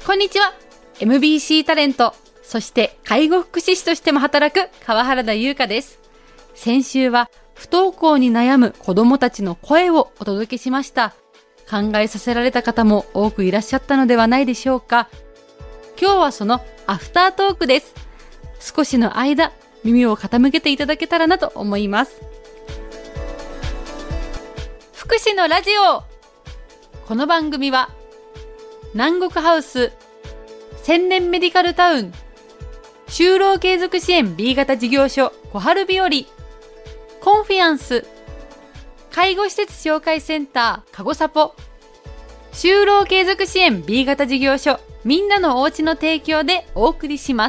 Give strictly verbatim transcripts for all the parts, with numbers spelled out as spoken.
こんにちは。 エムビーシー タレント、そして介護福祉士としても働く川原田優香です。先週は不登校に悩む子どもたちの声をお届けしました。考えさせられた方も多くいらっしゃったのではないでしょうか。今日はそのアフタートークです。少しの間耳を傾けていただけたらなと思います。福祉のラジオ。この番組は南国ハウス、千年メディカルタウン、就労継続支援 B 型事業所小春日和、コンフィアンス、介護施設紹介センターかごさぽ、就労継続支援 B 型事業所みんなのおうちの提供でお送りします。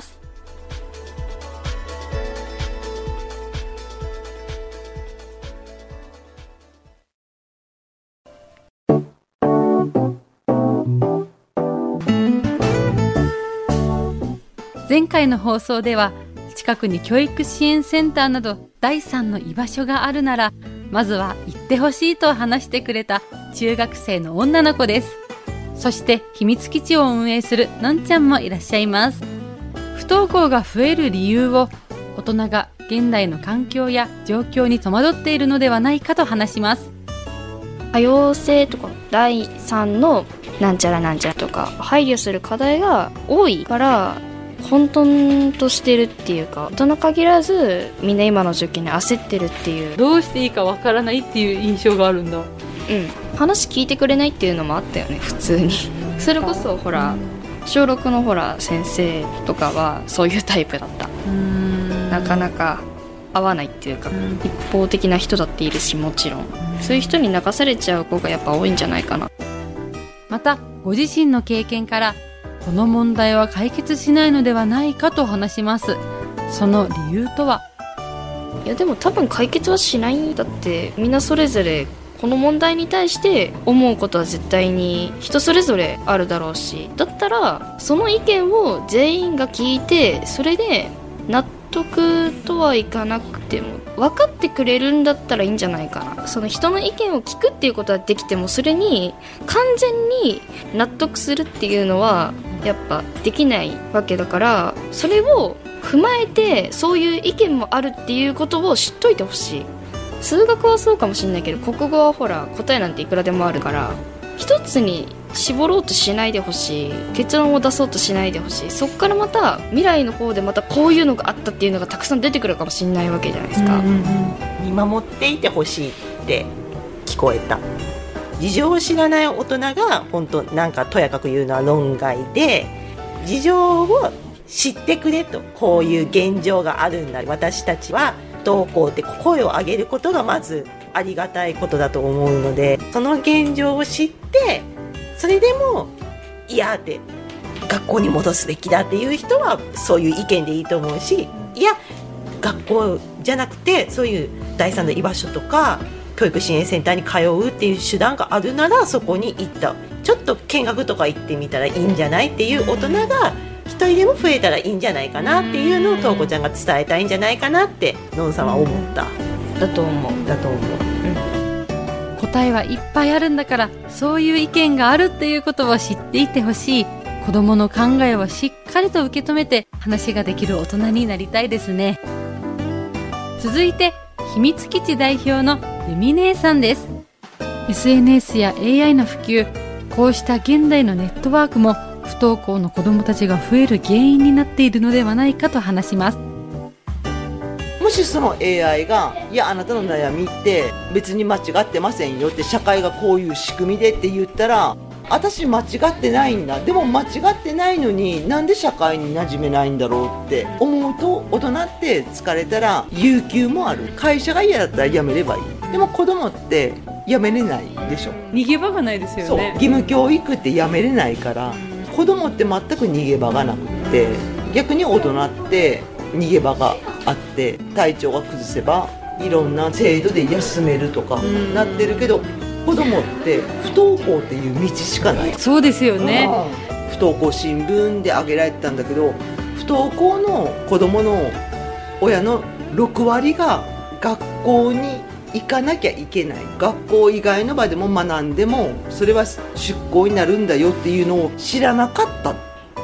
前回の放送では近くに教育支援センターなどだいさんの居場所があるならまずは行ってほしいと話してくれた中学生の女の子です。そして秘密基地を運営するのんちゃんもいらっしゃいます。不登校が増える理由を大人が現代の環境や状況に戸惑っているのではないかと話します。 多様性とかだいさんのなんちゃらなんちゃらとか配慮する課題が多いから混沌としてるっていうか、大人限らずみんな今の時期に焦ってるっていう、 どうしていいかわからないっていう印象があるんだ。 うん話聞いてくれないっていうのもあったよね普通にそれこそほら小ろくのほら先生とかはそういうタイプだった。うーんなかなか合わないっていうか、うん、一方的な人だっているし、もちろんそういう人に流されちゃう子がやっぱ多いんじゃないかな。 またご自身の経験からこの問題は解決しないのではないかと話します。その理由とは。 いやでも多分解決はしないんだって。みんなそれぞれこの問題に対して思うことは絶対に人それぞれあるだろうし、だったらその意見を全員が聞いてそれで納得とはいかなくても分かってくれるんだったらいいんじゃないかな。その人の意見を聞くっていうことはできてもそれに完全に納得するっていうのはやっぱできないわけだから、それを踏まえてそういう意見もあるっていうことを知っといてほしい。数学はそうかもしれないけど国語はほら答えなんていくらでもあるから一つに絞ろうとしないでほしい。結論を出そうとしないでほしい。そっからまた未来の方でまたこういうのがあったっていうのがたくさん出てくるかもしれないわけじゃないですか。うんうんうん、 見守っていてほしいって聞こえた。事情を知らない大人が本当なんかとやかく言うのは論外で、事情を知ってくれと、こういう現状があるんだ、私たちは不登校って声を上げることがまずありがたいことだと思うので、その現状を知ってそれでもいやって学校に戻すべきだっていう人はそういう意見でいいと思うし、いや学校じゃなくてそういうだいさんの居場所とか教育支援センターに通うっていう手段があるならそこに行った、ちょっと見学とか行ってみたらいいんじゃないっていう大人が一人でも増えたらいいんじゃないかなっていうのをとうこちゃんが伝えたいんじゃないかなってのんさんは思った。 だと思うだと思う、 うん、答えはいっぱいあるんだからそういう意見があるっていうことを知っていてほしい。子どもの考えをしっかりと受け止めて話ができる大人になりたいですね。続いて秘密基地代表のゆみ姉さんです。 エスエヌエス や エーアイ の普及、こうした現代のネットワークも不登校の子どもたちが増える原因になっているのではないかと話します。 もしその エーアイ がいやあなたの悩みって別に間違ってませんよって、社会がこういう仕組みでって言ったら私間違ってないんだ、でも間違ってないのになんで社会に馴染めないんだろうって思うと、大人って疲れたら有給もある、会社が嫌だったら辞めればいい。でも子供って辞めれないでしょ。 逃げ場がないですよね。 そう、義務教育って辞めれないから、子供って全く逃げ場がなくって、逆に大人って逃げ場があって、体調が崩せばいろんな制度で休めるとかなってるけど、子供って不登校っていう道しかない。 そうですよね。 不登校新聞で挙げられてたんだけど、不登校の子供の親のろくわりが学校に行かなきゃいけない、学校以外の場でも学んでもそれは出校になるんだよっていうのを知らなかったっ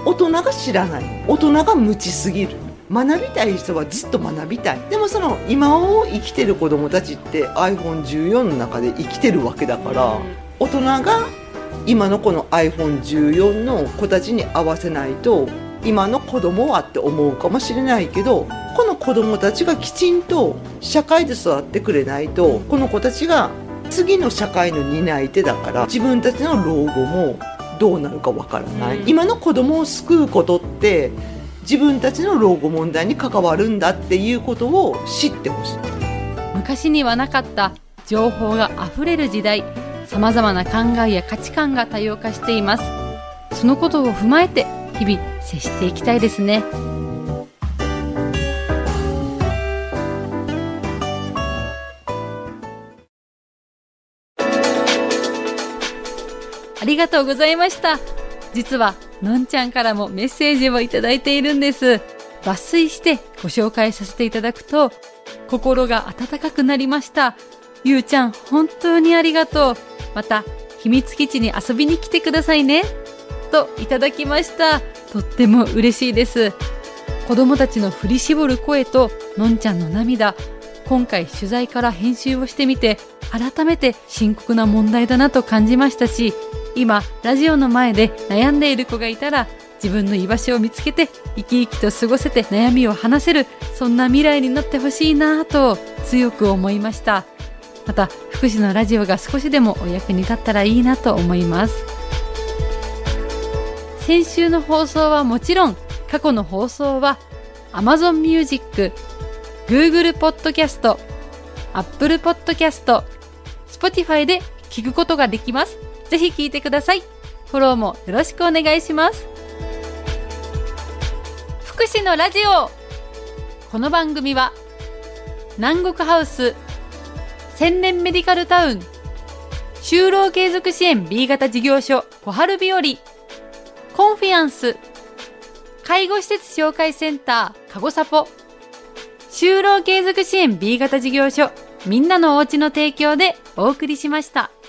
大人が知らない。大人が無知すぎる。学びたい人はずっと学びたい。でもその今を生きてる子どもたちって アイフォンじゅうよん の中で生きてるわけだから、大人が今のこの アイフォンじゅうよん の子たちに合わせないと、今の子供はって思うかもしれないけど、この子供たちがきちんと社会で育ってくれないと、この子たちが次の社会の担い手だから、自分たちの老後もどうなるかわからない、うん、今の子供を救うことって自分たちの老後問題に関わるんだっていうことを知ってほしい。 昔にはなかった情報があふれる時代、さまざまな考えや価値観が多様化しています。そのことを踏まえて日々接していきたいですね。ありがとうございました。実はのんちゃんからもメッセージをいただいているんです。抜粋してご紹介させていただくと、心が温かくなりました。ゆうちゃん本当にありがとう。また秘密基地に遊びに来てくださいねといただきました。とっても嬉しいです。子供たちの振り絞る声とのんちゃんの涙、今回取材から編集をしてみて改めて深刻な問題だなと感じましたし、今ラジオの前で悩んでいる子がいたら、自分の居場所を見つけて生き生きと過ごせて悩みを話せる、そんな未来になってほしいなと強く思いました。また福祉のラジオが少しでもお役に立ったらいいなと思います。先週の放送はもちろん、過去の放送は Amazon Music、Google Podcast、Apple Podcast、Spotify で聞くことができます。ぜひ聞いてください。フォローもよろしくお願いします。福祉のラジオ。この番組は南国ハウス、千年メディカルタウン、就労継続支援 B 型事業所小春日和、コンフィアンス、介護施設紹介センターかごさぽ、就労継続支援 B 型事業所みんなのおうちの提供でお送りしました。